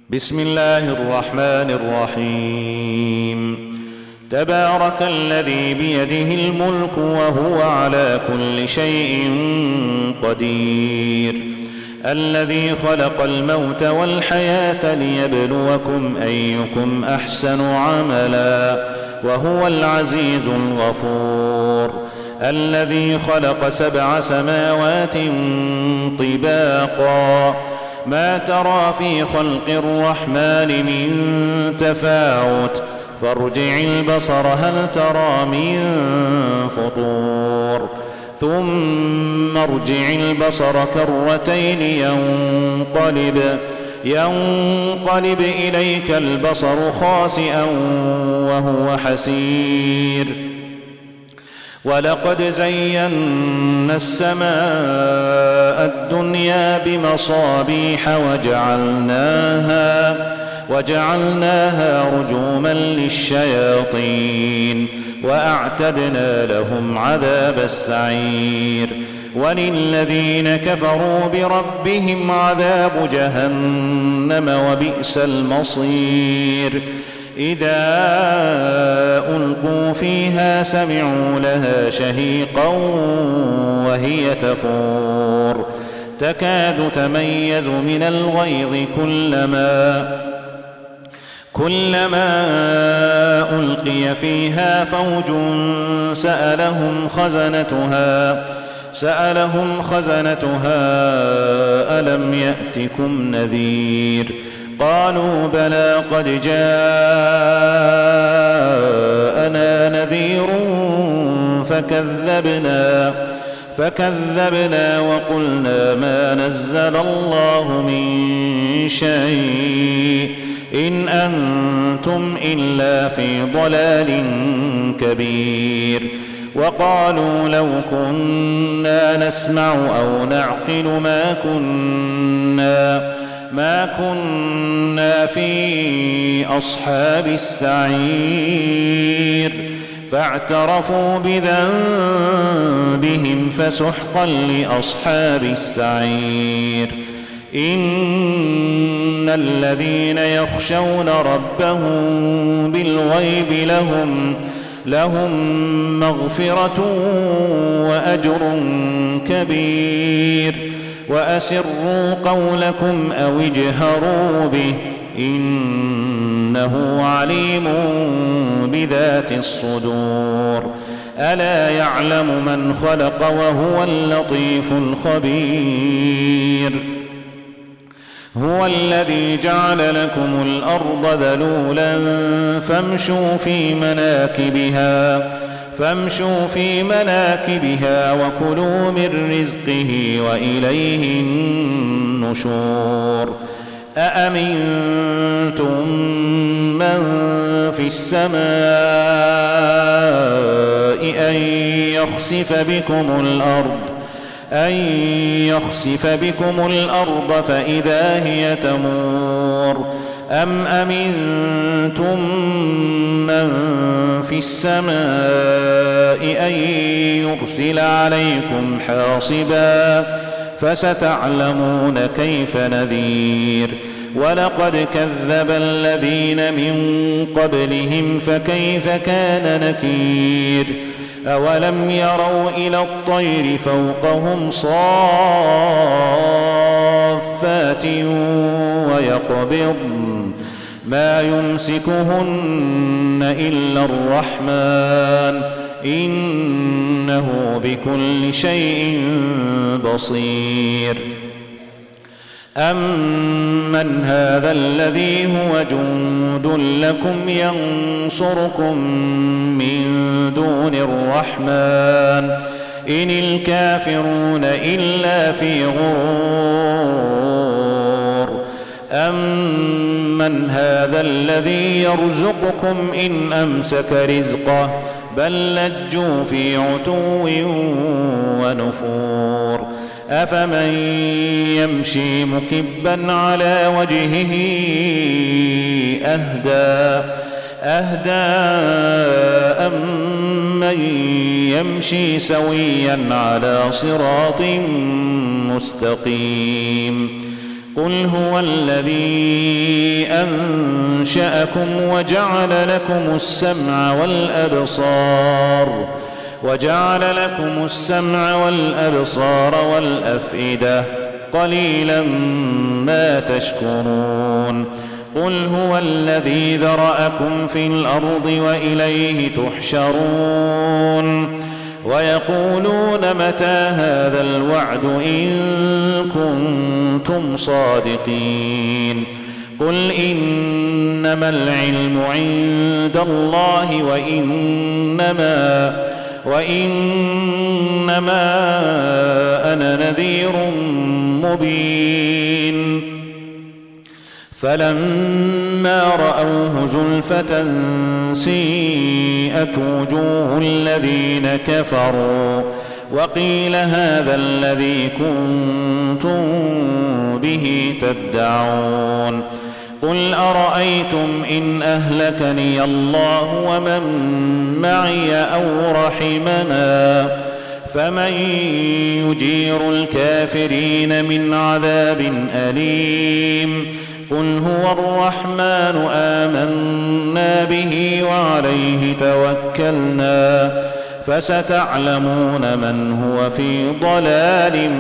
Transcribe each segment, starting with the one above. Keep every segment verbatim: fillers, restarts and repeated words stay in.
بسم الله الرحمن الرحيم. تبارك الذي بيده الملك وهو على كل شيء قدير، الذي خلق الموت والحياة ليبلوكم أيكم أحسن عملا وهو العزيز الغفور، الذي خلق سبع سماوات طباقا ما ترى في خلق الرحمن من تفاوت فارجع البصر هل ترى من فطور ثم ارجع البصر كرتين ينقلب ينقلب إليك البصر خاسئا وهو حسير. ولقد زينا السماء الدنيا بمصابيح وجعلناها وجعلناها رجوما للشياطين وأعتدنا لهم عذاب السعير. وللذين كفروا بربهم عذاب جهنم وبئس المصير. إذا ألقوا فيها سمعوا لها شهيقا وهي تفور تكاد تميز من الغيظ كلما كلما ألقي فيها فوج سألهم خزنتها سألهم خزنتها ألم يأتكم نذير قالوا بلى قد جاءنا نذير فكذبنا فكذبنا وقلنا ما نزل الله من شيء إن أنتم إلا في ضلال كبير. وقالوا لو كنا نسمع أو نعقل ما كنا ما كنا في أصحاب السعير فاعترفوا بذنبهم فسحقا لأصحاب السعير. إن الذين يخشون ربهم بالغيب لهم لهم مغفرة وأجر كبير. وأسروا قولكم أو اجهروا به إنه عليم بذات الصدور. ألا يعلم من خلق وهو اللطيف الخبير. هو الذي جعل لكم الأرض ذلولا فامشوا في مناكبها فامشوا في مناكبها وكلوا من رزقه وإليه النشور. أأمنتم من في السماء أن يخسف بكم الأرض أن يخسف بكم الأرض فإذا هي تمور أم أمنتم من في السماء أن يرسل عليكم حاصبا فستعلمون كيف نذير. ولقد كذب الذين من قبلهم فكيف كان نكير. أولم يروا إلى الطير فوقهم صافات ويقبضن ما يمسكهن إلا الرحمن إنه بكل شيء بصير. أمن هذا الذي هو جند لكم ينصركم من دون الرحمن إن الكافرون إلا في غرور. أمن هذا الذي يرزقكم إن أمسك رزقه بل لجوا في عتو ونفور. أفمن يمشي مكبا على وجهه أهدى أهدى أمن يمشي سويا على صراط مستقيم. قل هو الذي أنشأكم وجعل لكم السمع والأبصار وجعل لكم السمع والأبصار والأفئدة قليلا ما تشكرون قل هو الذي ذرأكم في الأرض وإليه تحشرون ويقولون متى هذا الوعد إن كنتم صادقين قل إنما العلم عند الله وإنما وإنما أنا نذير مبين فلما رأوه زلفة سيئت وجوه الذين كفروا وقيل هذا الذي كنتم به تدعون قل أرأيتم إن أهلكني الله ومن معي أو رحمنا فمن يجير الكافرين من عذاب أليم قل هو الرحمن آمنا به وعليه توكلنا فستعلمون من هو في ضلال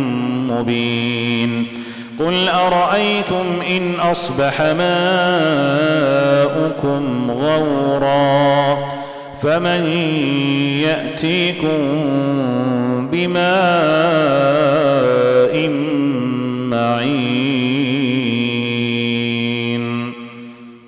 مبين قل أرأيتم إن أصبح ماؤكم غورا فمن يأتيكم بماء